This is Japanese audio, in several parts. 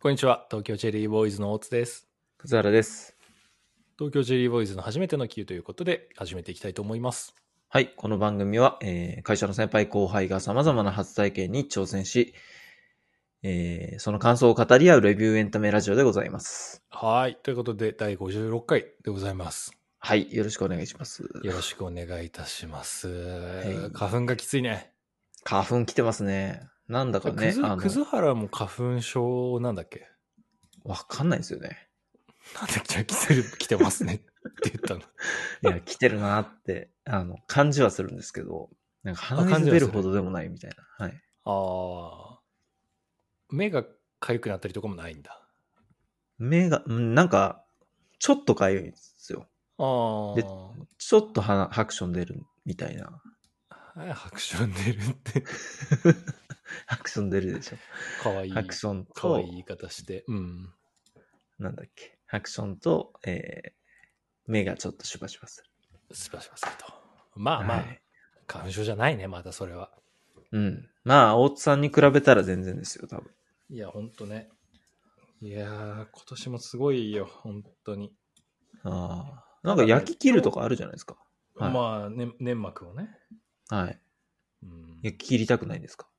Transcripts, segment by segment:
こんにちは。東京チェリーボーイズの大津です。 葛原です。 東京チェリーボーイズの初めての Q ということで始めていきたいと思います。 はい。この番組は、会社の先輩後輩が様々な初体験に挑戦し、その感想を語り合うレビューエンタメラジオでございます。 はい。ということで、第56回でございます。 はい。よろしくお願いします。 よろしくお願いいたします。 い花粉がきついね。 花粉来てますね。なんだかね、 葛原も花粉症なんだっけ？ わかんないですよね。 なんでじゃあ来てますねって言ったの。 いや、来てるなって、感じはするんですけど、なんか鼻水出るほどでもないみたいな。はい。 ああ。目が痒くなったりとかもないんだ。 目が、なんか、ちょっと痒いんですよ。 ああ。 で、ちょっとハクション出るみたいな。 ハクション出るって。 ハクション出るでしょ。 かわいい。 ハクションと、 かわいい言い方して。うん。 なんだっけ。ハクションと、目がちょっとシュパシュパする。 スパスパすると。まあまあ、はい、花粉症じゃないね、またそれは。 うん。まあ、大津さんに比べたら全然ですよ、多分。 いや、ほんとね。いやー、今年もすごいよ、本当に。 ああ。なんか焼き切るとかあるじゃないですか。 はい、まあ、ね、粘膜をね。 はい。うん、焼き切りたくないですか？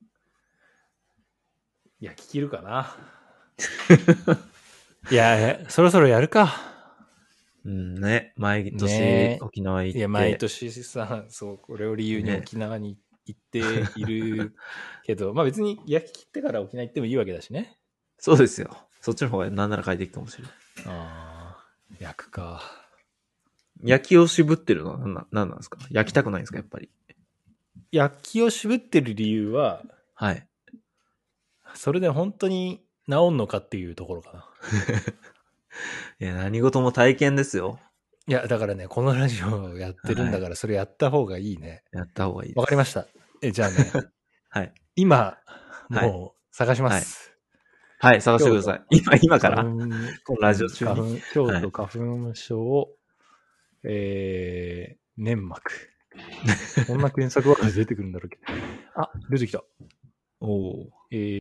焼き切るかな。いや、そろそろやるか。 うんね。毎年沖縄行って。 いや、毎年さ、そう、これを理由に沖縄に行っているけど、まあ別に焼き切ってから沖縄行ってもいいわけだしね。 そうですよ。そっちの方がなんなら快適かもしれない。 ああ、焼くか。 焼きを渋ってるのは何なんですか？焼きたくないんですか、やっぱり。 焼きを渋ってる理由は、 はい。 それで本当に治んのかっていうところかな。 いや、何事も体験ですよ。 いや、だからね、このラジオをやってるんだから、それやった方がいいね。 やった方がいいです。 わかりました。じゃあね。 はい。 今、もう探します。 はい、探してください。今からこのラジオ中に。 京都花粉症、粘膜。こんな検索ワード出てくるんだろうけど。あ、出てきた。 おー。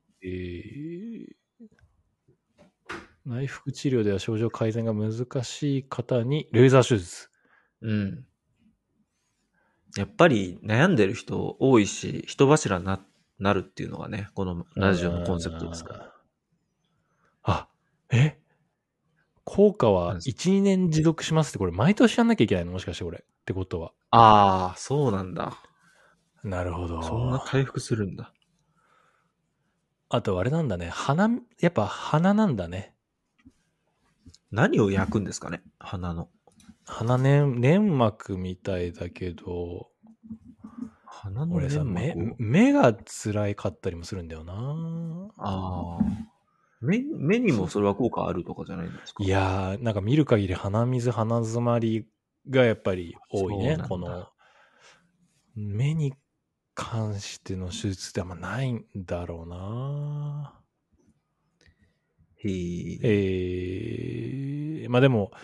内服治療では症状改善が難しい方にレーザー手術。 うん。やっぱり悩んでる人多いし、人柱になるっていうのがね、このラジオのコンセプトですから。 あ、効果は1、2年持続しますって、これ毎年やんなきゃいけないの？もしかしてこれ。ってことは。 ああ、そうなんだ。 なるほど。 そんな回復するんだ。 あとあれなんだね。やっぱ鼻なんだね。 何を焼くんですかね、鼻の。 鼻粘膜みたいだけど、 鼻の粘膜俺さ、目が辛かったりもするんだよな。 ああ。目にもそれは効果あるとかじゃないんですか？ いやー、なんか見る限り鼻水、鼻詰まりがやっぱり多いね。この、目に関しての手術ってあんまないんだろうな。まあでも、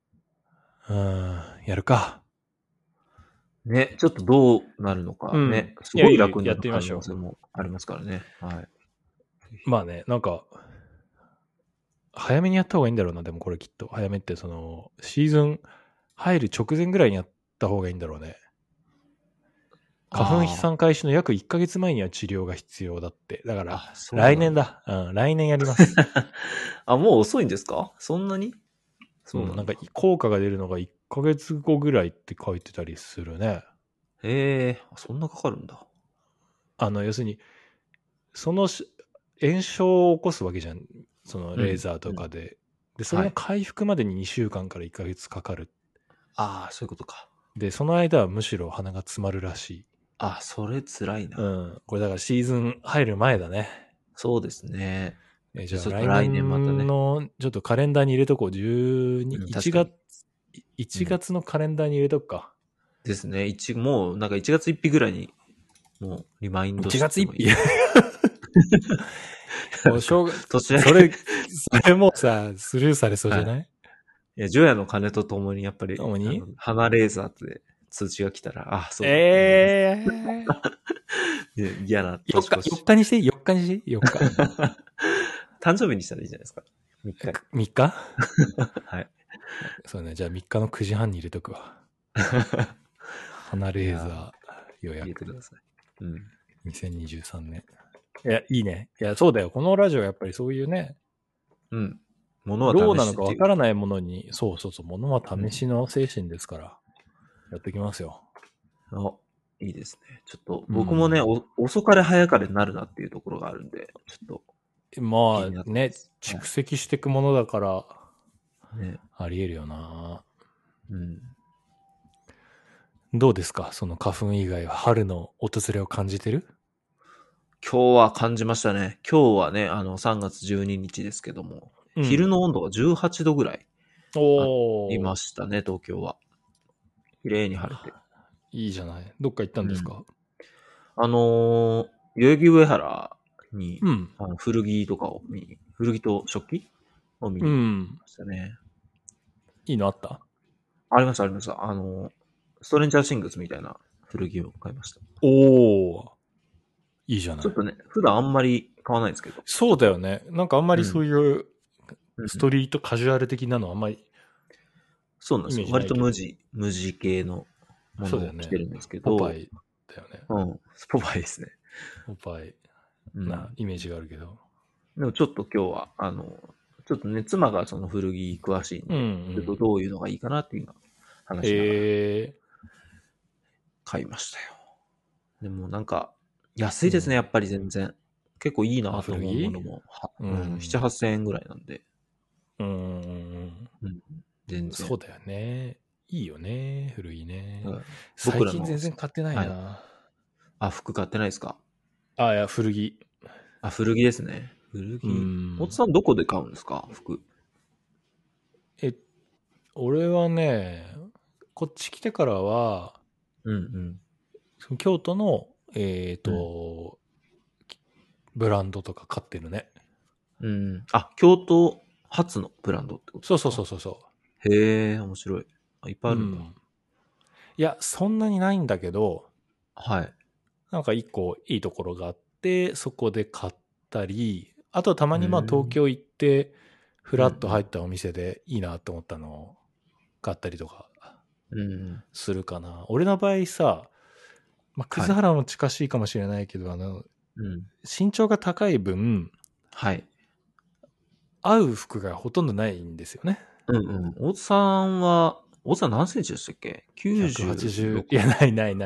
やるか。 ね、ちょっとどうなるのかね。すごい楽になる可能性もありますからね。はい。 まあね、なんか、早めにやった方がいいんだろうな、でもこれきっと。早めってシーズン入る直前ぐらいにやった方がいいんだろうね。花粉飛散開始の約1ヶ月前には治療が必要だって。だから、来年だ。来年やります。 あ、もう遅いんですか？そんなに？ そうなんか効果が出るのが1ヶ月後ぐらいって書いてたりするね。 へえ、そんなかかるんだ。 要するに、その炎症を起こすわけじゃん。そのレーザーとかで。で、それの回復までに2週間から1ヶ月かかる。 ああ、そういうことか。 で、その間はむしろ鼻が詰まるらしい。 あ、それ辛いな。 これだからシーズン入る前だね。 そうですね。 じゃあ来年またね。ちょっとカレンダーに入れとこう。1月のカレンダーに入れとくか。 ですね。もうなんか1月1日ぐらいに、もうリマインドしてもいい。 1月1日もうそれもうさ、スルーされそうじゃない？ いや、除夜の鐘とともにやっぱり、鼻レーザーで通知が来たら、あ、そうだ。嫌な 4日にして、4日。 誕生日にしたらいいじゃないですか。3日。 3日はい。 そうね。じゃあ3日の9時半に入れとくわ。花レーザー予入れ約。 てください。うん。 2023年。いや、いいね。いや、そうだよ。このラジオはやっぱりそういうね、 うん。物はどうな試しっていう。 のかわからないものに、そうそうそう、物は試しの精神ですから、やってきますよ。 あ、いいですね。ちょっと、僕もね、 うん遅かれ早かれになるなっていうところがあるんで、ちょっと気まになっあね、 てます。 蓄積していくものだから、 ね。 あり得るよな。 うん。 どうですかその花粉以外は春の訪れを感じてる？ 今日は感じましたね。今日はね、3月12日ですけども、 うん。 昼の温度が18度ぐらいありおー。 ましたね、東京は。綺麗に晴れて。 いいじゃない。どっか行ったんですか？ 代々木上原に、 うん。 古着とかを見に、古着と食器を見うに行きん。 ましたね。 いいのあった？ ありました、ありました。ストレンジャーシングスみたいな古着を買いました。 おー。いいじゃない。 ちょっとね、普段あんまり買わないんですけど。 そうだよね。なんかあんまりそういううんストリートカジュアル的なのあんまりイメーそうなんですよ。 ジないけど。 無地系のものそうだよね。 を着てるんですけど、 ポパイだよね。 うん、ポパイですね。 ポパイうん。 なイメージがあるけど。 でもちょっと今日は、ちょっとね、妻がその古着詳しいんで、 うんちょっとどういうのがいいかなっていうのを話しながらえ買いましたよ。でもなんか、安いですね、やっぱり全然。結構いいなと思うものも、7、8000円ぐらいなんで。全然。 そうだよね。いいよね。古いね。最僕らの。 近全然買ってないな。 はい、服買ってないですか？ いや、古着。 古着ですね。古着。おつさんどこで買うんですか？服。 俺はね、こっち来てからは、その京都の、ブランドとか買ってるね。 京都発のブランドってことですか？ そう。 へえ、面白い。いっぱいあるんだ。 いや、そんなにないんだけど、 はい。 なんか一個いいところがあって、そこで買ったり、あとたまにまあ東京行って、フラッと入ったお店でいいなと思ったのを買ったりとかするかな。俺の場合さ、まあ、葛原も近しいかもしれないけど、身長が高い分、 はい。 合う服がほとんどないんですよね。 大津さん何センチでしたっけ？ 180、いや、ない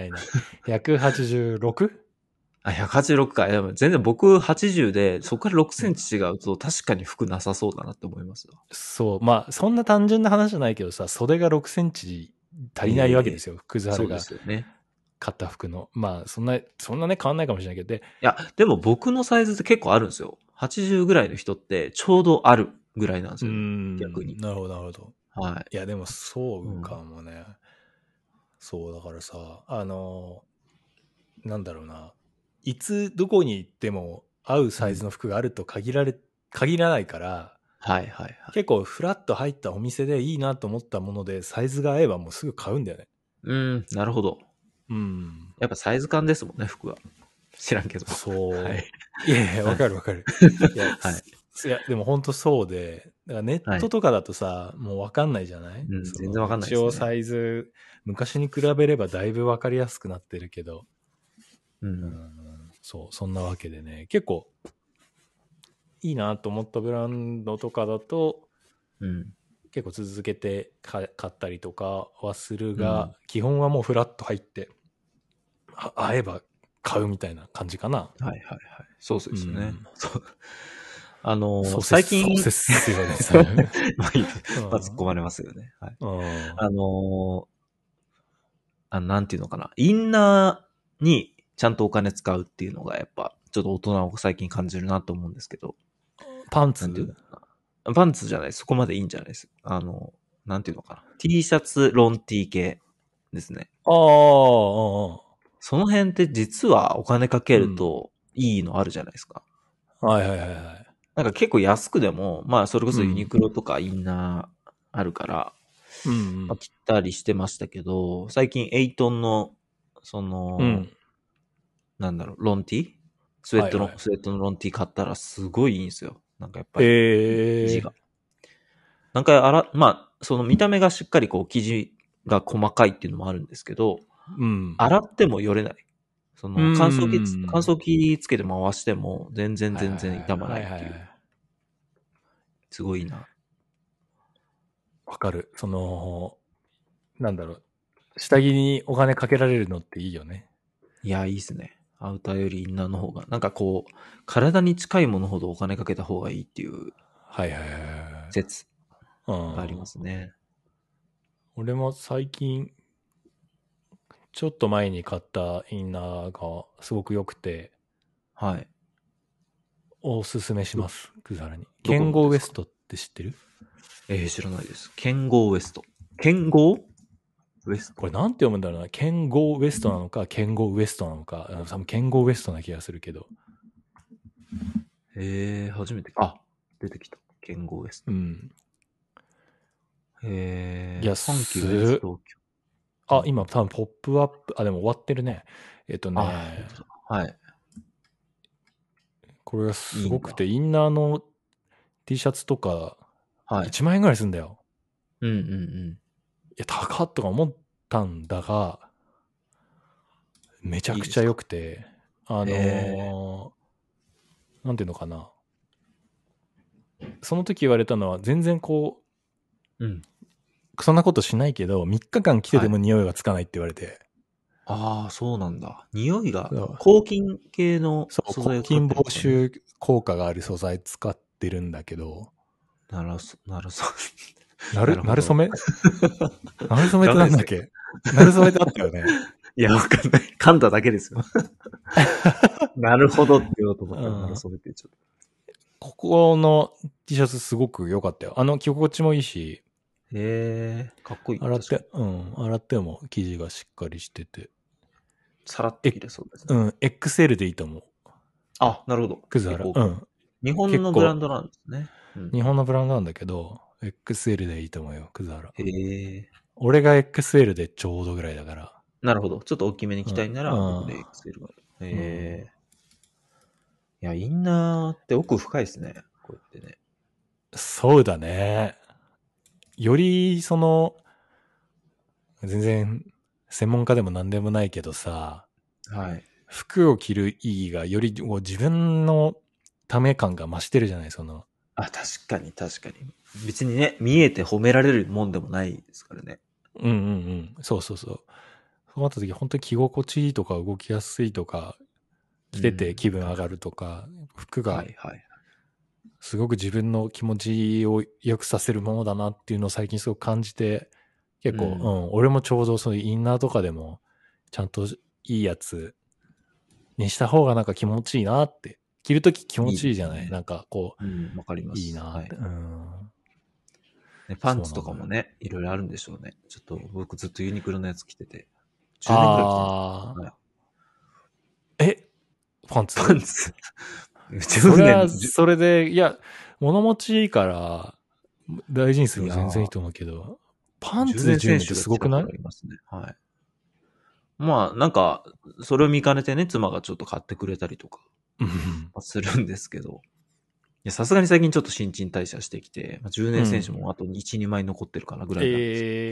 。186? 186か。いや、全然僕80で、そこから6センチ違うと確かに服なさそうだなって思いますわ。 そう。まあ、そんな単純な話じゃないけどさ、袖が6センチ足りないわけですよ。葛原が買った服の。まあ、そんなね、変わんないかもしれないけど。 いや、でも僕のサイズって結構あるんですよ。80ぐらいの人ってちょうどあるぐらいなんですよ、ね。逆に。 なるほど。 はい。 いや、でもそうかもね。そう、だからさ、なんだろうな。いつどこに行っても合うサイズの服があると限らないから、結構フラッと入ったお店でいいなと思ったものでサイズが合えばもうすぐ買うんだよね。 なるほど。やっぱサイズ感ですもんね、服は。知らんけど。 そう。 はい。 いや、わかる。いや、いや、でも本当そうで、だからネットとかだとさ、もうわかんないじゃない？ 全然わかんないですね。 一応サイズ、昔に比べればだいぶわかりやすくなってるけど、そう、そんなわけでね、結構、いいなと思ったブランドとかだと、結構続けて買ったりとかはするが、基本はもうフラッと入って、合えば買うみたいな感じかな。 そうですよね。 最近。そうですよね。 突っ込まれますよね。なんていうのかな。インナーにちゃんとお金使うっていうのがやっぱ、ちょっと大人を最近感じるなと思うんですけど。 パンツじゃない。そこまでいいんじゃないです。なんていうのかな。T シャツ、ロン T 系ですね。その辺って実はお金かけるといいのあるじゃないですか。なんか結構安くでも、まあそれこそユニクロとかインナーあるから、着たりしてましたけど、最近エイトンの、なんだろう、ロン T？スウェットのロン T 買ったらすごいいいんですよ。 なんかやっぱり、生地が。なんかまあ、その見た目がしっかりこう生地が細かいっていうのもあるんですけど、 うん。 洗ってもよれない。その乾燥うん機つけて回しても全然傷まないっていう。 はいはいはい。 すごいな。 わかる。その、なんだろう。下着にお金かけられるのっていいよね。 いや、いいっすね。アウターよりインナーの方が。なんかこう、体に近いものほどお金かけた方がいいっていうはいはいはいはい。 説うがありまん。 すね。 俺も最近、ちょっと前に買ったインナーがすごく良くて、 はい。 おすすめします。クザラに。 どケンこのですか？ ゴーウエストって知ってる？ 知らないです。ケンゴーウエスト。ケンゴーウエスト。 これなんて読むんだろうな。ケンゴーウエストなのか、ケンゴーウエストなのか、多分ケンゴーウエストな気がするけど。 初めて。出てきた。ケンゴーウエスト。 うん。いや、 サンキューウエスト。 今多分ポップアップ、でも終わってるね。 本当だ。はい。 これがすごくて、インナーの T シャツとか、 はい。 1万円ぐらいするんだよ。 うんうんうん。 いや、高っとか思ったんだが、めちゃくちゃ良くて、なんていうのかな。その時言われたのは、全然こうん。 そんなことしないけど、3日間着てても匂いがつかないって言われて。 ああ、そうなんだ。匂いがそう、 抗菌系のそう素材を使抗菌防ってるんですかね。 臭効果がある素材使ってるんだけど、 なるほなるど。 そめなるそめってなんだっダメけ？なるそめってあったよね。 いや、わかんない。噛んだだけですよ。なるほどって言おうと思ったら、 うんなるそめって言っちゃっここの T シャツすごく良かったよ。着心地もいいし、 た。かっこいい。 洗っ確かに。 て、洗っても生地がしっかりしてて。 さらっと切れそうですね。 XL でいいと思う。 なるほど。 クズハラ。 日本のブランドなんですね。 日本のブランドなんだけど、XL でいいと思うよ、クズハラ。 俺が XL でちょうどぐらいだから。 なるほど。ちょっと大きめに着たいなら、僕で XL が。いや、インナーって奥深いですね。こうやってね。 そうだね。より、全然、専門家でも何でもないけどさ、 はい。 服を着る意義がより自分のため感が増してるじゃない、 確かに。別にね、見えて褒められるもんでもないですからね。 そう。そうなった時、本当に着心地いいとか動きやすいとか、着てて気分上がるとか、服がすごく自分の気持ちを良くさせるものだなっていうのを最近すごく感じて、結構、俺もちょうどそういうインナーとかでも、ちゃんといいやつにした方がなんか気持ちいいなって。着るとき気持ちいいじゃない？なんかこう、わかります。 いいなって。 パンツとかもね、いろいろあるんでしょうね。ちょっと僕ずっとユニクロのやつ着てて。10年ぐらい着てる。 パンツそれで、いや、物持ちいいから、大事にするの全然いいと思うけど、パンツで10年ってすごくない？ はい。まあ、なんか、それを見かねてね、妻がちょっと買ってくれたりとか、するんですけど、いや、さすがに最近ちょっと新陳代謝してきて、10年選手もあと1、2枚残ってるかなぐらいなん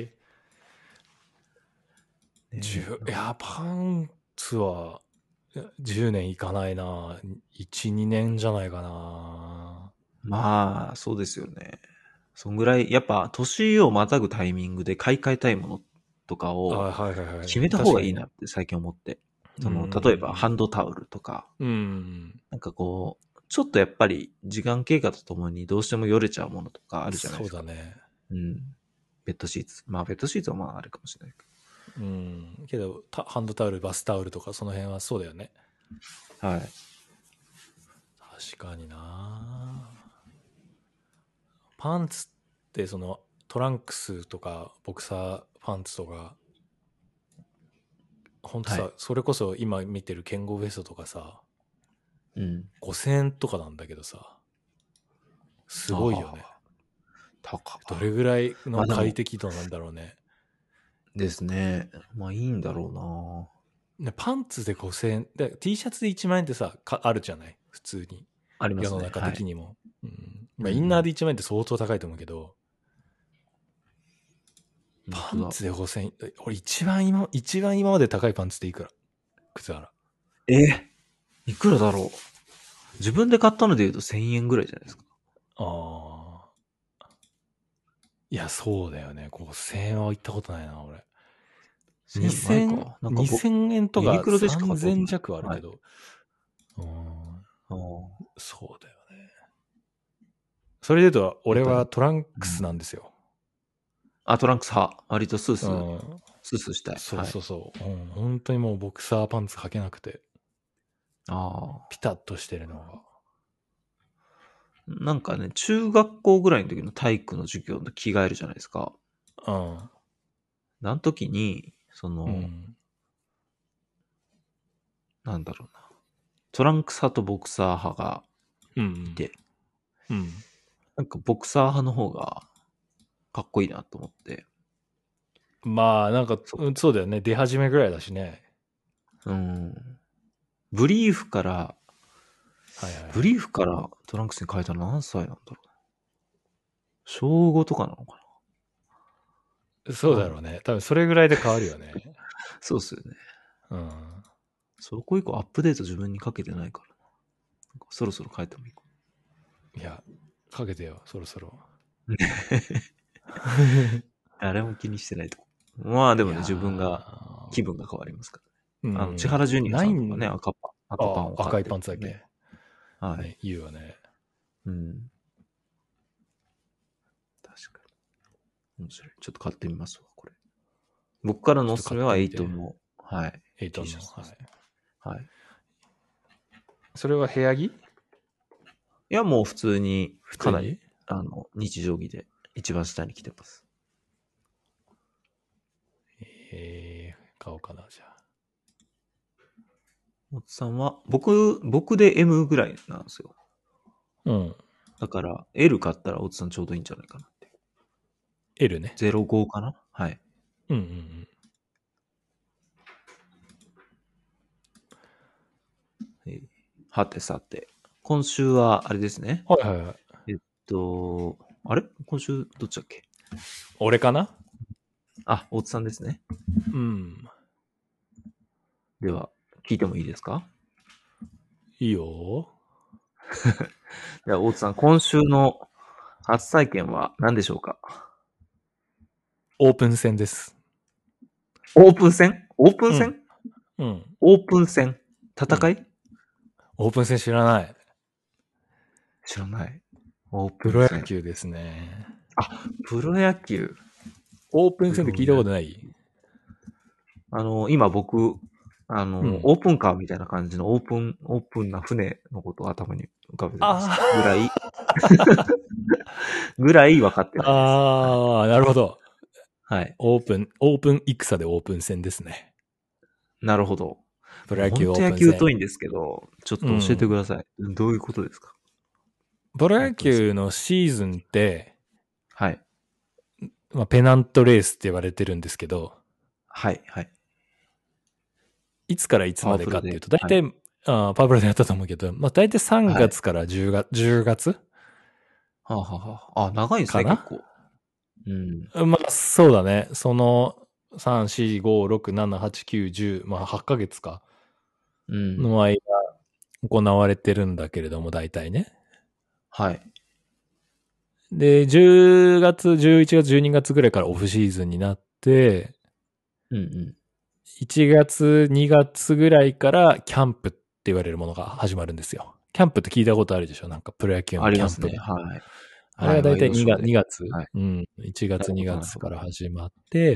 ですけど。 いや、パンツは、10年いかないな。1、2年じゃないかな。 まあ、そうですよね。そんぐらい、やっぱ、年をまたぐタイミングで買い替えたいものとかを、決めた方がいいなって最近思って。例えば、ハンドタオルとか、なんかこう、ちょっとやっぱり、時間経過とともにどうしてもよれちゃうものとかあるじゃないですか。 そうだね。 ベッドシーツ。まあ、ベッドシーツはまあ、あれかもしれないけど。 けど、ハンドタオル、バスタオルとか、その辺はそうだよね。 はい。 確かにな。パンツってトランクスとかボクサーパンツとか本当さ、それこそ今見てるケンゴウエストとかさ、5000円とかなんだけどさ、すごいよね。どれぐらいの快適度なんだろうね。 ですね。まあいいんだろうな。パンツで5000円で T シャツで1万円ってさあるじゃない、普通に。 ありますね。 世の中的にも。 まあ、インナーで1万円って相当高いと思うけど、パンツで5000円。俺一番今まで高いパンツっていくら？靴原。 いくらだろう。自分で買ったので言うと1000円ぐらいじゃないですか。 ああ。いや、そうだよね。5000円は行ったことないな、俺。2000円とか3000弱はあるけど。そうだよね。それで言うと、俺はトランクスなんですよ。 トランクス派。割とスースしたい。 そうそうそう。本当にもうボクサーパンツ履けなくて。ピタッとしてるのが。 なんかね、中学校ぐらいの時の体育の授業で着替えるじゃないですか。あの時に、なんだろうな。トランクス派とボクサー派がいて、なんかボクサー派の方がかっこいいなと思って。 まあ、なんか、そうだよね。出始めぐらいだしね。 ブリーフからトランクスに変えたの何歳なんだろう。小5とかなのかな。そうだろうね。多分それぐらいで変わるよね。 そうっすよね。そこ以降アップデート自分にかけてないから。そろそろ変えてもいいか。 いや、かけてよ、そろそろ。 誰も気にしてないとこ。まあでもね、自分が気分が変わりますからね。千原ジュニアさんとかね、赤パンを買って、 赤いパンツだけ。 はい。 言うよね。 確かに。面白い。ちょっと買ってみますわ、これ。僕からのおすすめは8の、はい。 8の、 はい。 それは部屋着？ いや、もう普通に、かなり、日常着で一番下に着てます。 買おうかな、じゃあ。 おっさんは、僕で M ぐらいなんですよ。だから、L 買ったらおっさんちょうどいいんじゃないかなって。 L ね。 05かな？はい。はてさて。今週は、あれですね。 はいはいはい。 あれ今週、どっちだっけ？ 俺かな？ 大津さんですね。では、聞いてもいいですか？ いいよ。 では、大津さん、今週の初体験は何でしょうか？ オープン戦です。 オープン戦？オープン戦？オープン戦。戦い？ オープン戦知らない。 知らない。 プロ野球ですね。 プロ野球。 オープン戦って聞いたことない？ 今僕、オープンカーみたいな感じのオープンな船のことを頭に浮かべてますぐらい分かってないです。 なるほど。 はい。 オープン戦でオープン戦ですね。 なるほど。 プロ野球オープン戦。 本当野球遠いんですけど、ちょっと教えてください。どういうことですか？ プロ野球のシーズンって、 はい。 まあ、ペナントレースって言われてるんですけど、 はい、はい。 いつからいつまでかっていうと、大体、パワープロでやったと思うけど、まあ大体3月から10月、 長いですね、結構。 まあそうだね。その3、4、5、6、7、8、9、10、まあ8ヶ月か。の間行われてるんだけれども、大体ね。 はい。 で、10月、11月、12月ぐらいからオフシーズンになって、1月、2月ぐらいからキャンプって言われるものが始まるんですよ。キャンプって聞いたことあるでしょ？なんかプロ野球のキャンプ。 ありますね。はい。 あれはだいたい2月、1月、2月から始まって、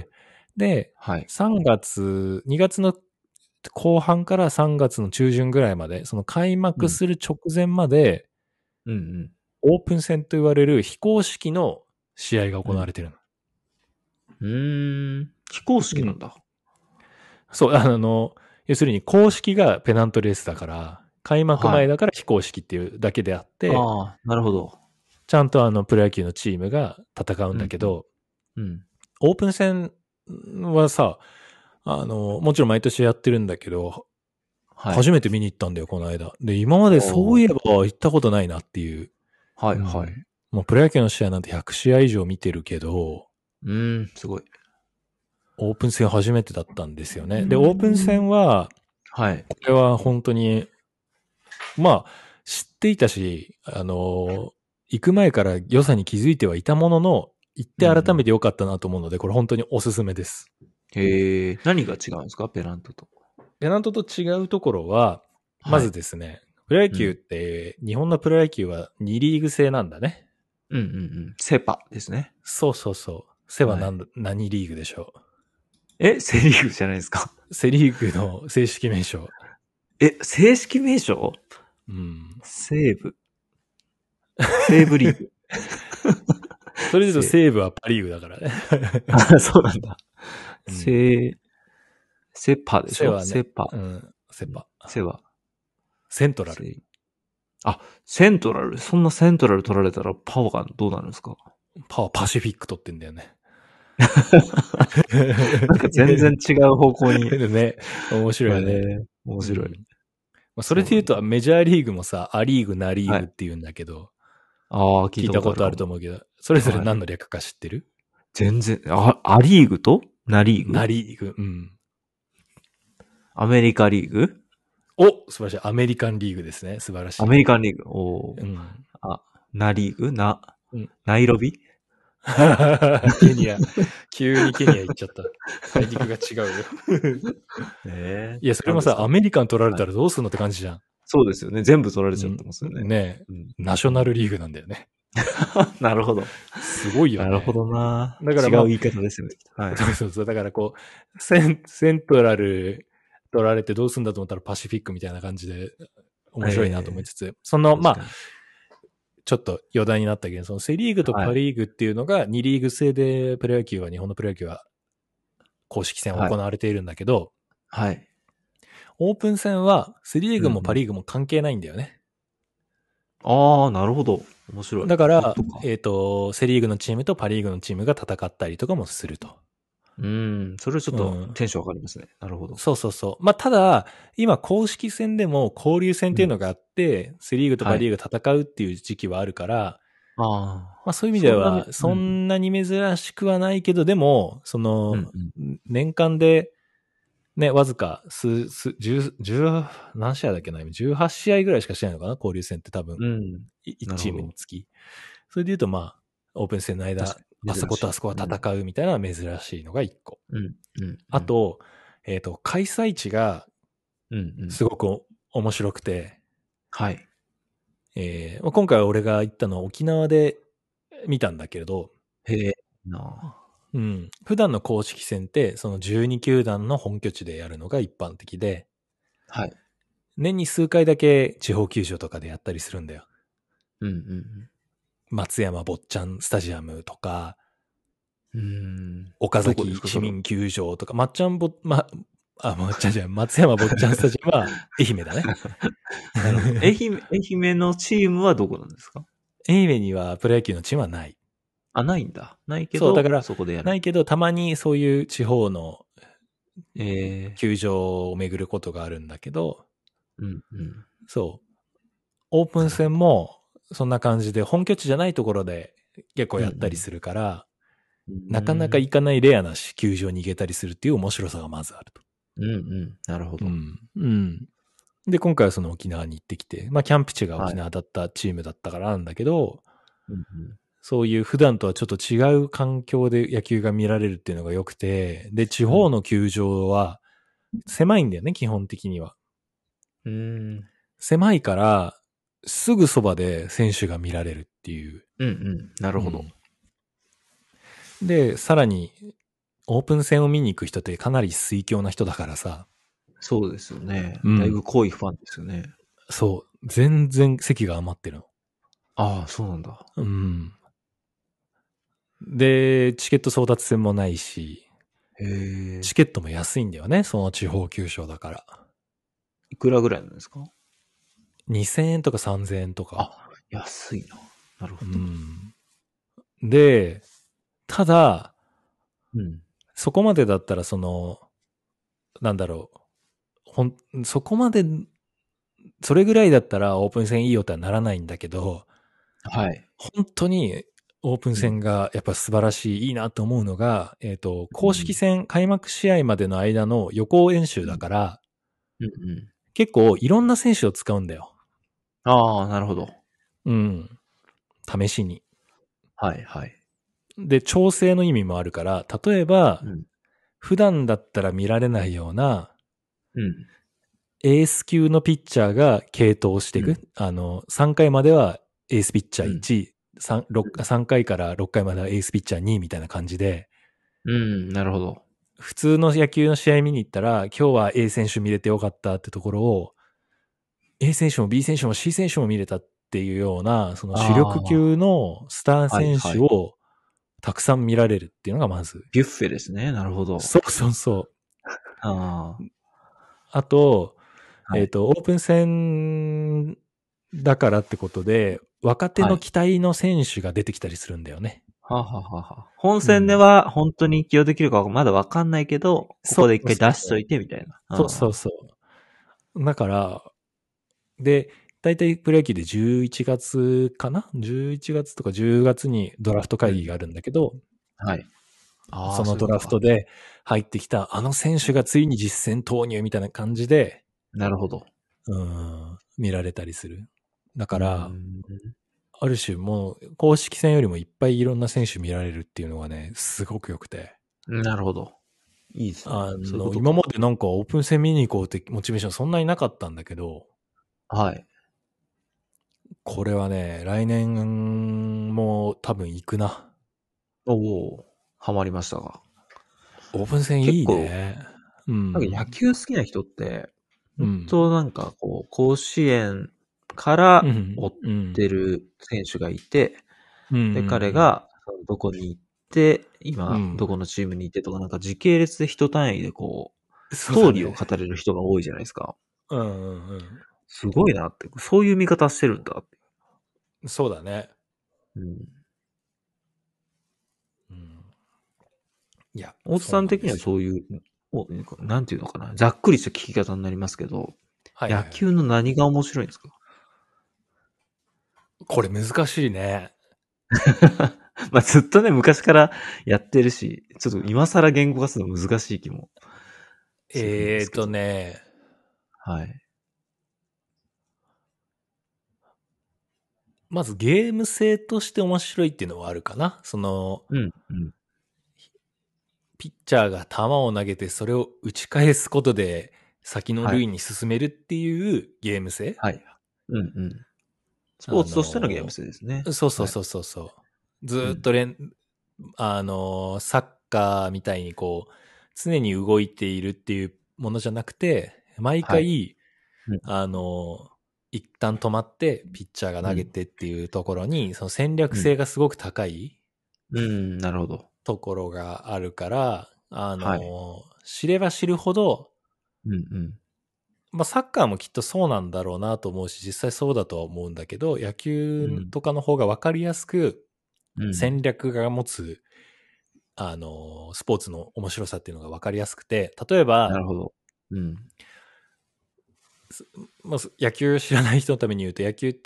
で、3月、2月の後半から3月の中旬ぐらいまで、その開幕する直前まで、オープン戦と言われる非公式の試合が行われてるの。非公式なんだ。 そう、要するに公式がペナントレースだから、開幕前だから非公式っていうだけであって、 なるほど。 ちゃんとプロ野球のチームが戦うんだけど、オープン戦はさ、もちろん毎年やってるんだけど、初めて見に行ったんだよ、この間。で、今までそういえば行ったことないなっていうはいはい。 もうプロ野球の試合なんて100試合以上見てるけど、 すごい。 オープン戦初めてだったんですよね。で、オープン戦は、 はい。 これは本当に、まあ、知っていたし、行く前から良さに気づいてはいたものの、行って改めて良かったなと思うので、これ本当におすすめです。 へえ、何が違うんですかペナントと。 ペナントと違うところは、まずはい。 ですね、プロ野球って、日本のプロ野球は2リーグ制なんだね。 セパですね。 そうそうそう。セははい何リーグでしょセリーグじゃないですか。 う。セリーグの正式名称。 正式名称うん。 西武。西武リーグ。 それで言うと西武はパリーグだからね。 そうなんだ。 うん、 セパでしょセはね、 セパ。 セパ。 セは。 セントラル。 セントラル。そんなセントラル取られたらパワーがどうなるんですか？ パシフィック取ってんだよね。 なんか全然違う方向に。 ね、面白いよね。 面白い。 それで言うと、メジャーリーグもさ、アリーグ、ナリーはい。 グって言うんだけど、 聞いた聞いたことあことあるかも。 ると思うけど、それぞれはい。 何の略か知ってる？ 全然、アリーグとナリーグナリーグ。 アメリカリーグ素晴らしい。アメリカンリーグですね。素晴らしアい。 メリカンリーグうん。 ナリーグうん。 ナイロビケニア。急にケニア行っちゃった。大陸が違うよ。いや、それもさ、アメリカン取られたらどうすんのって感じじゃん。 そうですよね。全部取られちゃってますよね。 ねえ、ナショナルリーグなんだよね。 なるほど。 すごいよね。 なるほどな。 だから違う言い方ですね。はい。 そうそうそう。だからセントラル取られてどうすんだと思ったらパシフィックみたいな感じで面白いなと思いつつ、ちょっと余談になったけど、そのセリーグとパリーグっていうのが2リーグ制でプロ野球は、日本のプロ野球は公式戦行われているんだけど、 はい。 オープン戦はセリーグもパリーグも関係ないんだよね。 なるほど。面白い。 だから、 そっかセリーグのチームとパリーグのチームが戦ったりとかもすると。 それちょっとテンション上がりますね。なるほど。 そうそうそう。ただ、今公式戦でも交流戦っていうのがあって、セリーグとパリーグ戦うっていう時期はあるから、そういう意味では、そんなに珍しくはないけど、でも、年間で、ね、わずか何試合だっけな、今18試合ぐらいしかしてないのかな、交流戦って多分。1チームにつき。それで言うと、オープン戦の間、あそことあそこが戦うみたいなのは珍しいのが1個。あと、開催地が、すごく面白くて、 はい。 今回俺が行ったのは沖縄で見たんだけれど、普段の公式戦って、その12球団の本拠地でやるのが一般的で、 はい。 年に数回だけ地方球場とかでやったりするんだよ。松山坊ちゃんスタジアムとか、岡崎市民球場とか、松山坊ちゃんスタジアムは愛媛だね。 なるほど。愛媛のチームはどこなんですか？ 愛媛にはプロ野球のチームはない。 ないんだ。ないけど、 そう、だから、 そこでやる。 ないけど、たまにそういう地方の、球場を巡ることがあるんだけど、そう。オープン戦も、そんな感じで、本拠地じゃないところで結構やったりするから、なかなか行かないレアな球場に行けたりするっていう面白さがまずあると。 なるほど。 で、今回はその沖縄に行ってきて、キャンプ地が沖縄だったチームだったからなんだけど、そういう普段とはちょっと違う環境で野球が見られるっていうのが良くて、で、地方の球場は狭いんだよね、基本的には。狭いから、すぐそばで選手が見られるっていう。 なるほど。 で、さらに、オープン戦を見に行く人ってかなり水強な人だからさ。 そうですよね。だいぶ濃いファンですよね。 そう。全然席が余ってるの。 そうなんだ。 で、チケット争奪戦もないし、チケットも安いんだよね、その地方球場だから。 いくらぐらいなんですか ？2000円とか3000円とか。 安いな。なるほど。 で、ただ、そこまでだったらなんだろう。そこまで、それぐらいだったらオープン戦いいよってはならないんだけど、 はい。 本当にオープン戦がやっぱ素晴らしい、いいなと思うのが、公式戦、開幕試合までの間の予行演習だから、 うんうん。 結構いろんな選手を使うんだよ。 ああ、なるほど。 うん。試しに。 はいはい。 で、調整の意味もあるから、例えば、 うん。 普段だったら見られないような、 うん。 エース級のピッチャーが継投していく。 うん。 3回まではエースピッチャーうん。 1、3回から6回まではエースピッチャー2みたいな感じで、 うん。なるほど。 普通の野球の試合見に行ったら、今日は A 選手見れてよかったってところを、A 選手も B 選手も C 選手も見れたっていうような、その主力あ級のスターあ、はい選はい。 手をたくさん見られるっていうのがまず。 ビュッフェですね。なるほど。 そうそうそう。 ああと、 あ、はい。 オープン戦だからってことで、若手はい。 の期待の選手が出てきたりするんだよね。 はあ、はあはあはあ、本うん。 戦では本当に起用できるかまだわかんないけど、ここで一そう回そうそう。 出しといてみたいな。 そうそうあそう。だから、で、大体プロ野球で11月かな？ 11 月とか10月にドラフトうん。 会議があるんだけど、 はい。ああ、 そのドラそういうことか。 フトで入ってきたあの選手がついに実戦投入みたいな感じで、 なるほど。 見られたりする。だうーから、 ん。 ある種もう公式戦よりもいっぱいいろんな選手見られるっていうのがね、すごく良くて。 なるほど。いいですね。そういうことか。 今までなんかオープン戦見に行こうってモチベーションそんなになかったんだけど、 はい。 これはね、来年も多分行くな。 おお、ハマりましたが。 オープン戦いい結構、 ね。うなんか野ん。 球好きな人って、本うん。 当なんかこう、甲子園からうん。 追っうん。 てる選手がいて、 うん。うで、彼ん。 がそのどこに行って、今、 うん。 どこのチームにいてとか、なんか時系列で一単位でこう、ストーリーをそうだね。 語れる人が多いじゃないですか。 うんうんうすごいなって、そういう見方してるんだって。 ん。そうだね。 うん。 うん。いや、 大津そうさん的にはなんですよ。 そういう、なんていうのかな。ざっくりした聞き方になりますけど、 はいはいはい。 野球の何が面白いんですか？ これ難しいね。 まあずっとね、昔からやってるし、ちょっと今更言語化するの難しい気もするんですけど。 ね、 はい。 まずゲーム性として面白いっていうのはあるかな。 うん、うん。 ピッチャーが球を投げてそれを打ち返すことで先のはい。 塁に進めるっていうゲーム性。 はい。うんうん。スポーあツとしてのゲームの、 性ですね。はい。 そうそうそうそうそう。ずうん。 ーっとサッカーみたいにこう、常に動いているっていうものじゃなくて、毎はい。 回、 うん。 あの、一旦止まって、ピッチャーが投げうん。 てっていうところに、その戦略うん。 性がすごく高いうん。なるほど。 ところがあるから、 はい。 知れば知るほど、 うん。 まあ、サッカーもきっとそうなんだろうなと思うし、実際そうだとは思うんだけど、野うん。 球とかの方が分かりやすく、 うん。 戦略が持つ、スポーツの面白さっていうのが分かりやすくて、例えば、 なるほど。うん。 まあ、野球知らない人のために言うと、野球って、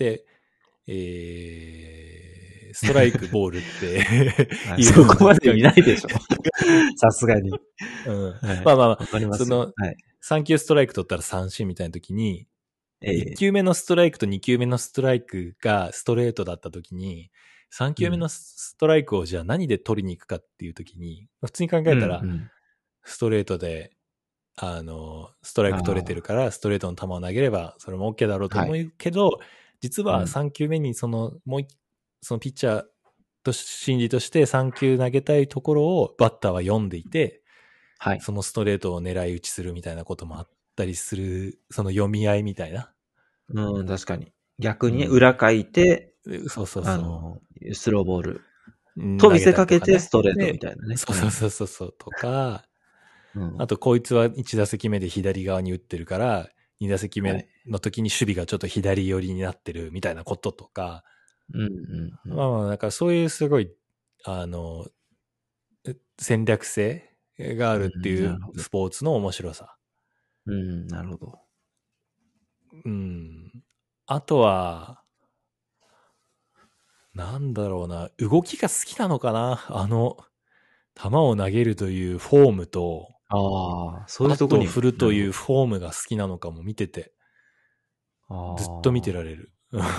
ストライク、ボールってはい、 いうそこまでのを使う。 見ないでしょ。さすがに。 うん。 はい。 まあまあまあ、 わかりますよ。 その、 はい。 3球ストライク取ったら三振みたいな時に、1 ええ。 球目のストライクと2球目のストライクがストレートだった時に、3球目うん。 のストライクをじゃあ何で取りに行くかっていう時に、普通に考うん、 えたら、 うん。 ストレートで、ストライク取れてるあから、ストレートの球を投げれば、それも OK だろうとあ、はい。 思うけど、実はうん。 3球目にそのピッチャーと心理として3球投げたいところをバッターは読んでいて、 はい。 そのストレートを狙い撃ちするみたいなこともあったりする、その読み合いみたいな。 うん、確かに。逆にね、 うん。 裏書いて、 そうそうそスローボール。 う。うん、 と見せ投げたりかけてスとかね。 トレートみで、 たいなね。 そうそうそうそうそうとか、 うん。うん。 あとこいつは1打席目で左側に打ってるから、2打席目はい。 の時に守備がちょっと左寄りになってるみたいなこととか、 うん、うん、うん。 まあまあ、だからそういうすごい、あの、戦略性があるってうん、 いうなるほど。 スポーツの面白さ。 うん、なるほど。 うん。あとは、 なんだろうな、動きが好きなのかな、球を投げるというフォームと、 ああ、そういうバットをとこに、 振るというなるほど。 フォームが好きなのかも見てて、ずっと見てられる。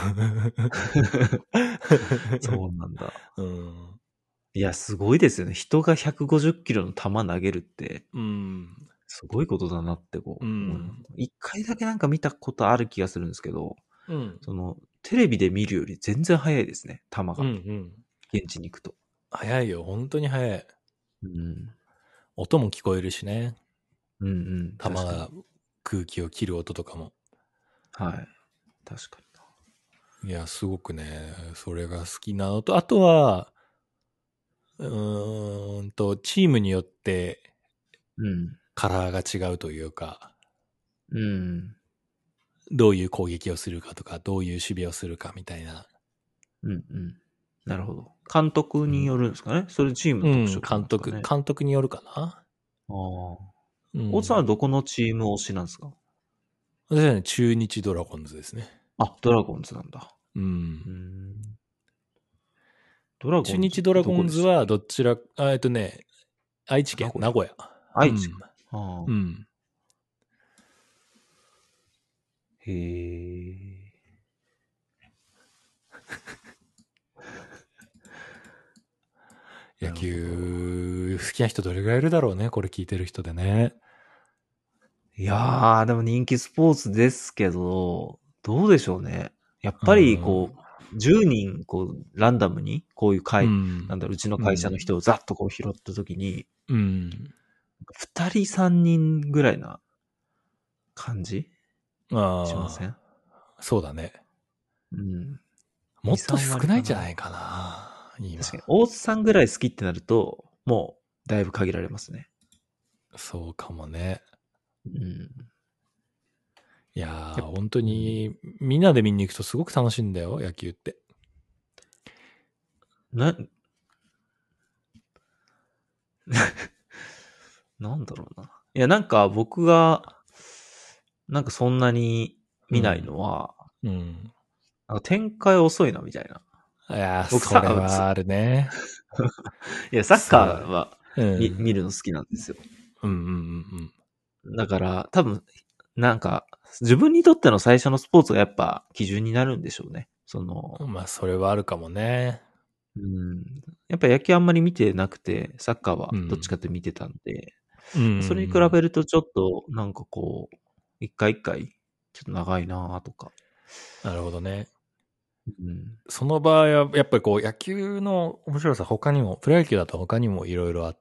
そうなんだ。 うん。 いや、すごいですよね。人が150キロの球投げるって、 うん。 すごいことだなってう思います。 ん。 一回だけなんか見たことある気がするんですけど、 うん。 テレビで見るより全然速いですね、球うん。うが。 ん。 現地に行くと。 早いよ。本当に早い。 うん。 音も聞こえるしね。 うんうん。 球が確かに。 空気を切る音とかも。 はい。確かいや、すごくね、それが好きなのと、あとは、チームによってに。うん。 カラーが違うというか、 うん。 どういう攻撃をするかとか、どういう守備をするかみたいな。 うんうん。なるほど。監督によるんですかね、それチームうん、 の特色なんですかね。 監督によるかな。 ああ。 うん。 大津さんはどこのチーム推しなんですか？ 私はね、中日ドラゴンズですね。 あ、ドラゴンズなんだ。 うん。 ドラゴ中ンズって日ドラゴどこでしたっけ？ ンズはどちら、愛知県、 名古屋。 名古屋。う愛知か。 ん。 ああ。 うん。 へえ。な野るほど。 球好きな人どれぐらいいるだろうね、これ聞いてる人でね。 いやー、でも人気スポーツですけど、どうでしょうね。やっうぱりん。 10人ランダムに、こういううん。 うちの会社のうん。 人をざっと拾ったときに、 うん。 2人3人ぐらいな感じしません？ ああ、そうだね。 うん。2、 もっと 3 少ないん割かな。 じゃないかな、今。 確かに、大津さんぐらい好きってなると、もう、だいぶ限られますね。 そうかもね。 うん。 いやー、 やっぱ、 本当うん。 に、みんなで見に行くとすごく楽しいんだよ、野球って。 な、なんだろうな。いや、なんか僕が、なんかそんなに見ないうん。 のは、 うん。 なんか展開遅いなみたいな。 いやー、 僕それはあるね。 いや、サッそれは。 カーはうん。 見るの好きなんですよ。 うんうんだから、多分、なんか、自分にとっての最初のスポーツがやっぱ基準になるんでしょうね。 うんうん。まあ、それはあるかもね。 うん。やっぱ野球あんまり見てなくて、サッカーはどっちうん。 かって見てたんで、 うんうんうそれに比ん。 べるとちょっと、なんか一回一回、ちょっと長いなとか。 なるほどね。 うん。 その場合は、やっぱりこう、野球の面白さ他にも、プロ野球だと他にもいろいろあって、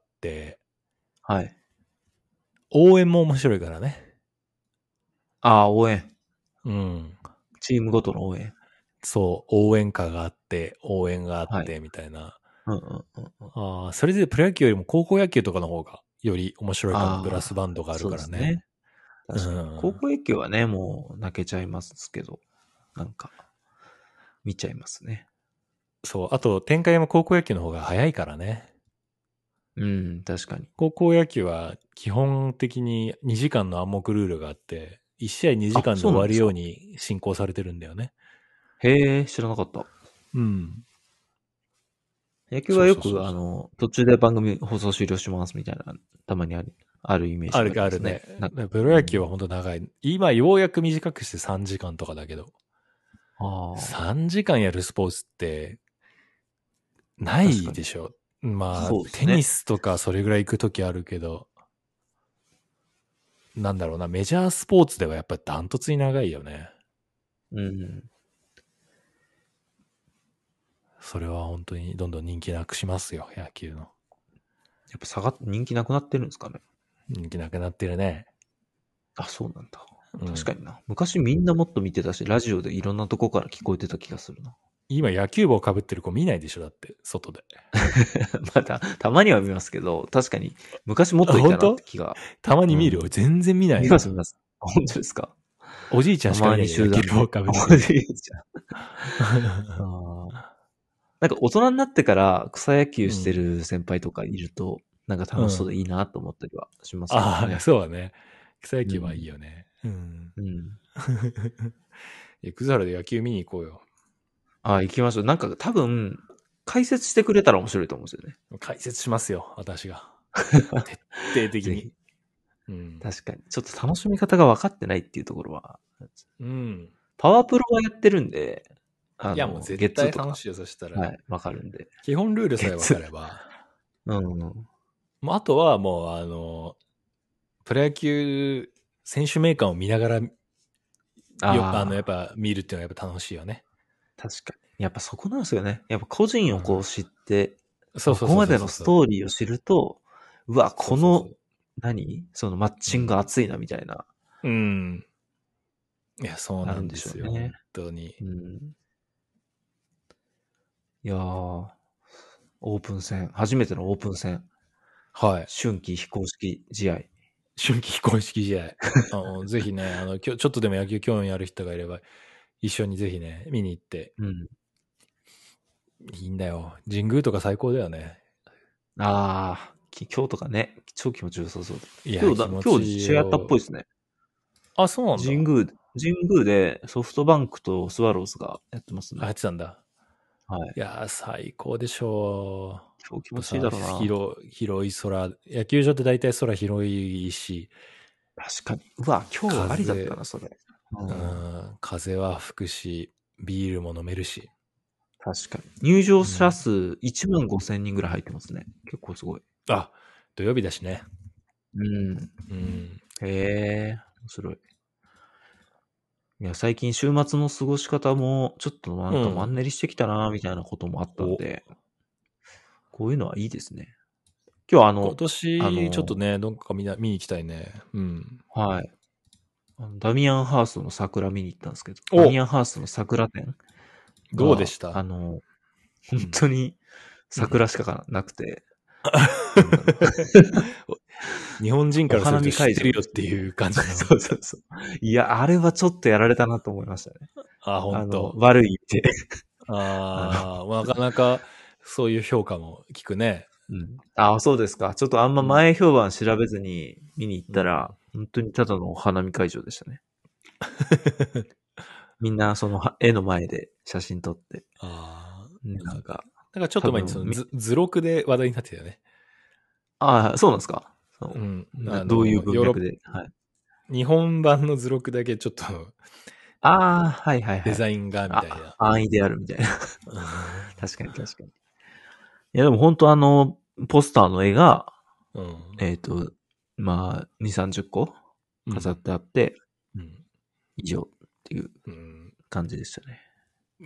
はい。 応援も面白いからね。 ああ、応援。 うん。 チームごとの応援。 そう、応援歌があって、応援があっはい。 て、みたいな。 うんうんうんうん。 ああ、それでプロ野球よりも高校野球とかの方がより面白いかも。ブラスああ、 バンドがあるそうからね。 ですね。 う確かに。高ん。 校野球はね、もう泣けちゃいますけど、なんか、見ちゃいますね。 そう。あと、展開も高校野球の方が早いからね。 うん、確かに。 高校野球は基本的に2時間の暗黙ルールがあって、1試合2 あ、 時間で終わるようそうなんですか。 に進行されてるんだよね。 へえ、知らなかった。 うん。 野球そうはよく、 そうそうそう。 途中で番組放送終了しますみたいな、たまにあるイメージがありあるね。 ますね。 プロ野球は本当長い。今ようやく短くして3時間とかだけど、 ああ、 3時間やるスポーツってな確かに。 いでしょ。まあ、テニそうですね。 スとかそれぐらい行くときあるけど、なんだろうな、メジャースポーツではやっぱりダントツに長いよね。 うん。 それは本当にどんどん人気なくしますよ、野球の。 やっぱ人気なくなってるんですかね。 人気なくなってるね。 あ、そうなんだ。 うん。 確かにな。昔みんなもっと見てたし、ラジオでいろんなとこから聞こえてた気がするな。 今野球帽被ってる子見ないでしょ、だって、外で。 また、たまには見ますけど、確かに昔もっあ、 といたなっ本当？ て気が。 たまに見るよ。 うん。 全然見ないな。 見ます。あ、本当ですか？ おじいちゃんたまにしか見ないよ、野集団で。 球帽被あ、 ってるの。 マジじゃん。あー、なんか大人になってから草野球してうん。 る先輩とかいると、なんかうん。 楽しそうでいいなと思ったりはしますけどああ、 ね。 そうだね。草野球はいいうん。 よね。うん。 うん。 いや、クザラで野球見に行こうよ。 あ、行きましょう。なんか多分、解説してくれたら面白いと思うんですよね。 解説しますよ、私が。徹底的に。 ぜひ。 うん。 確かに。ちょっと楽しみ方が分かってないっていうところは。 うん。 パワープロはやってるんで、 いや、もうゲ絶ッツーとか、 対楽しいよ、そしたら。 はい、分かるんで。 基本ルールさえ分かれゲッツば。 ー。うん。 もうあとはもう、プロ野球選手名鑑を見ながら、やっぱ見るっていうのはやっぱ楽しいよね。 確かに。やっぱそこなんですよね。やっぱ個人をこう知って、 そうここまでのストーリーを知ると、うわ、この、そのマッチング熱いなみたいな。 うん。いや、そうあるんでなんですよ。 しょうね。 本当に。 うん。いやー、オープン戦、初めてのオープン戦、 はい。 春季非公式試合。 春季非公式試合。ぜひね、今日ちょっとでも野球興味ある人がいれば、一緒にぜひね、見に行って。 うん。 いいんだよ。神宮とか最高だよね。 あー、今日とかね、超気持ちよさそうだ。 いや、 今気持日ちいい試合あったっぽいよ。 ですね。 あ、そうなんだ。 神宮でソフトバンクとスワローズがやってますあ、やね。 ってたんだ。 はい。 いやー、最高でしょう。 今日気持ちいいやっぱさ、 だろうな。 広い空、野球場って大体空広いし、 確かに。うわ、今日ありだった風、 な、それ。うん。 風は吹くし、ビールも飲めるし。 確かに。入場うん、 者数1万5千人ぐらい入ってますね。結構すごい。 あ、土曜日だしね。 うん。 うん。 へえ、面白い。いや、最近週末の過ごし方も、ちょっとなんかマンネリしてきたな、みたいなこともあったんお、 で、こういうのはいいですね。今日今年、ちょっとね、どっか見に行きたいね。うん。 はい。ダミアンハーストの桜見に行ったんですけど、ダミお、 アンハーストの桜店が、 どうでした？ 本当にうん。 桜しかなくて、なんだろう。 日本人おからすると花見会知ってるよっ場でしたね。 ていう感じの。 そうそうそう。いや、あれはちょっとやられたなと思いましたね。 あ、本当。 悪い意味で。 ああ、なかなかそういう評価も聞くね。 うん。ああ、そうですか。ちょっとあんまうん。 前評判調べずに見に行っうん。 たら、本当にただのお花見会場でしたね。みんなその絵の前で写真撮って。 ああ、 なんか、 なんかちょっと前にそ多分の図録で話題になってたよね。 ああ、そうなんですか。 うん。 どういう文脈で。はい。 日本版の図録だけちょっとああ、はいはいはい。 デザインがみたいな。 安易であるみたいな。 うん。 確かに確かに。いやでも本当ポスターの絵が、 うん。 まあ、2、30個飾っうん。 てあって、 うん。 以上っていううん。 感じでしたね。 いや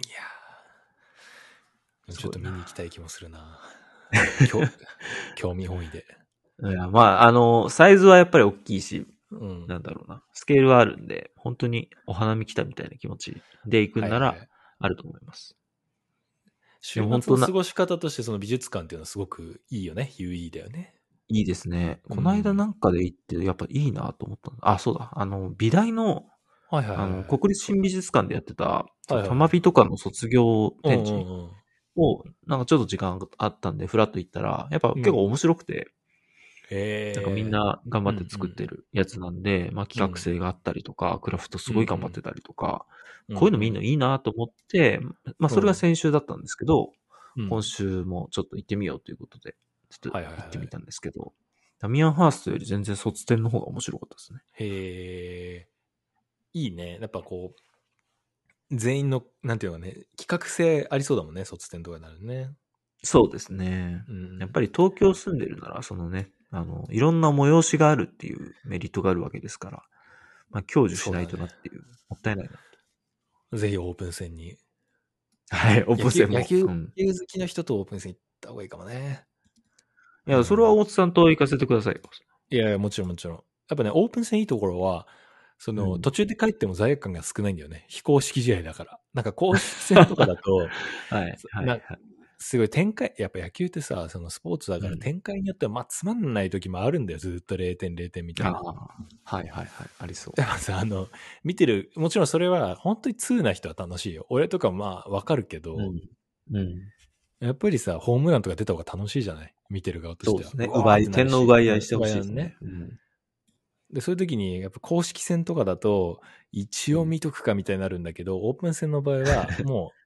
ー、ちょっとすごいな。 見に行きたい気もするな。興味本位で。 いや、まあ、サイズはやっぱり大きいし、 うん。 なんだろうな。スケールはあるんで、本当にお花見来たみたいな気持ちで行くんなら、 はいはい。 あると思います。で週末も本当の過ごし方としてその美術館っていうのはすごくいいよね。有意義だよね。 いいですね。 うこの間なん。 んかで行って、やっぱいいなと思ったあ、そうだ。美大の、 はいはいはいはい。 国立新美術館でやってた、たまはいはいはい。 びとかの卒業うんう展示んうん。 を、なんかちょっと時間があったんで、フラッと行ったら、やっぱうん。 結構面白くて、なんかみんえな頑ー。 張って作ってるやつなんで、まあうんうん。 企画性があったりとか、クラフトすうん。うごい頑張ってんたりとか、 うん。 こういうの見るのいいなと思って、まあそれがうん。 先週だったんですけど、今うん。 週もちょっと行ってみようということで、ちょっとはいはいはい。 行ってみたんですけど、ダミアンハーストより全然卒展の方が面白かったですね。 へえ。いいね。やっぱこう、全員の、なんていうのかね、企画性ありそうだもんね、卒展とかになるね。 そうですね。 うん。 やっぱり東京住んでるなら、そのね、いろんな催しがあるっていうメリットがあるわけですから、まあ享受しないそうだね。 となっていう、もったいないな。 ぜひオープン戦に。 はい、オープン戦も。 野球うん。 好きな人とオープン戦行った方がいいかもね。 いや、それは大津さんと行かせてくださいよ。 いやいや、もちろんもちろん。やっぱね、オープン戦いいところは、 うん。 途中で帰っても罪悪感が少ないんだよね。非公式試合だから。なんか公式戦とかだと、 はい、はい、 な、 はい。 すごい展開、やっぱ野球ってさ、そのスポーツだからうん。 展開によっては、まあ、つまんない時もあるんだよ。ずっと0点0点みたいな。 ああ、はい、はい、はい。ありそでもさ、見てる、もちろんそれは本当に通な人は楽しいよ。俺とかまあわかるけう。うど、 ん。うん。 やっぱりさ、ホームランとか出た方が楽しいじゃない？見てる側としては。 そうですね。 うわーってなる点のし。うん、 奪い合いしてほしいですね。 奪い合いね。 うん。 で、そういう時に、やっぱ公式戦とかだと、一うん。 応見とくかみたいになるんだけど、オープン戦の場合は、もう、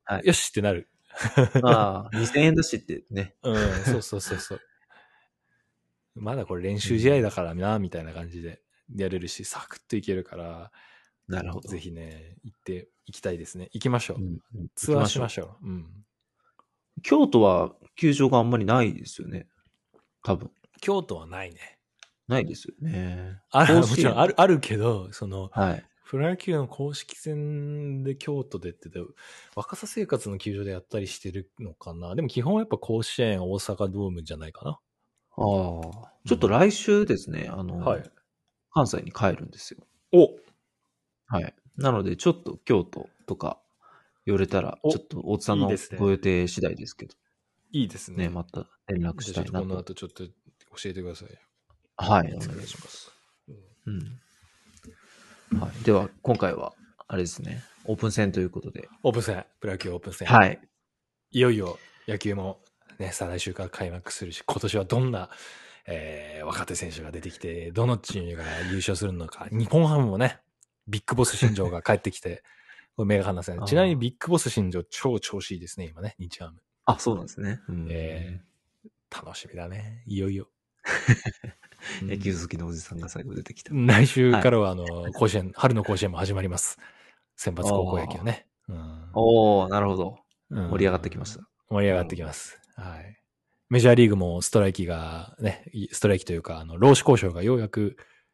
はいよしってなる。 ああ、2000円だしってね。 うん、そうそうそうそう。まだこれ練習試合だからな、みたいな感じでやれるし、サクッといけるから、 なるほど。 ぜひね、行きたいですね。行きましょう。ツアーしましょう。うん。 京都は球場があんまりないですよね。多分。 京都はないね。 ないですよね。 もちろんあるけど、 はい。 プロ野球の公式戦で京都でって若さ生活の球場でやったりしてるのかな。でも基本はやっぱ甲子園、大阪ドームじゃないかな。 ああ。ちょっと来週ですね、 はい。 関西に帰るんですよ。 おはい。なので、ちょっと京都とか寄れたら、ちょっと大津さんのご予定次第ですけど。 いいですね。 ね、また連絡したいなと。 この後ちょっと教えてください。 はい、お願いします。うん。はい。では、今回は、あれですね、オープン戦ということで。 オープン戦、プロ野球オープン戦。 はい。 いよいよ野球もね、再来週から開幕するし、今年はどんな、若手選手が出てきて、どのチームが優勝するのか、日本ハムもね、ビッグボス新庄が帰ってきて、これ目が離せない。ちなみにビッグボス新庄超調子いいですね、今ね、日ハム。 あ、そうなんですね。 楽しみだね。いよいよ。 野球好きのおじさんが最後出てきた。 来週からは甲子園、春の甲子園も始まります。選抜高校野球ね。 おー、なるほど。盛り上がってきました。 盛り上がってきます。はい。メジャーリーグもストライキというか、労使交渉がようやく、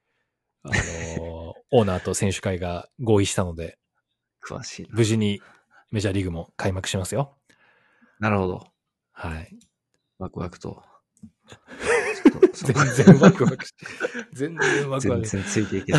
オーナーと選手会が合意したので、 詳しい。 無事にメジャーリーグも開幕しますよ。 なるほど。 はい。 ワクワクと。 全然ワクワクして。全然ついていけない。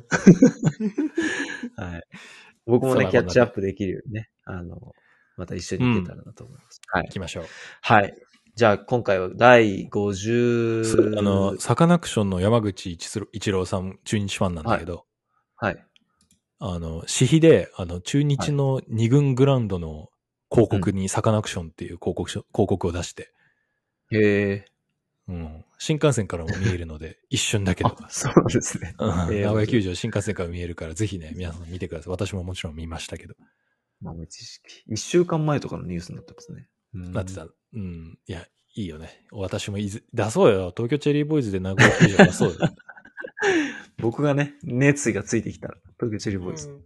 はい。僕もね、キャッチアップできるようにね、また一緒に行けたらなと思います。はい。 行きましょう。 はい。じゃあ、今回は第50。 サカナクションの山口一郎さん、中日ファンなんだけど、 はい。 私費で、中日の2軍グラウンドの広告にサカナクションっていう広告を出して。 へえ。 うん。新幹線からも見えるので、一瞬だけど。 そうですね。 名古屋球場新幹線から見えるから、ぜひね、皆さん見てください。私ももちろん見ましたけど。 豆知識。1週間前とかのニュースになってますね。 なってた。うん。いや、いいよね。私も出そうよ。東京チェリーボーイズで名古屋球場出そうよ。 僕がね、熱意がついてきたら、東京チェリーボーイズ。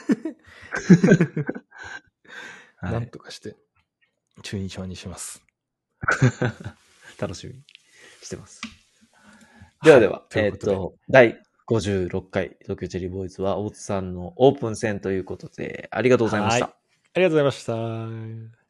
なんとかして、中日ファンにします。 楽しみにしてます。では、第56回東京チェリーボーイズは大津さんのオープン戦ということで、ありがとうございました。 ありがとうございました。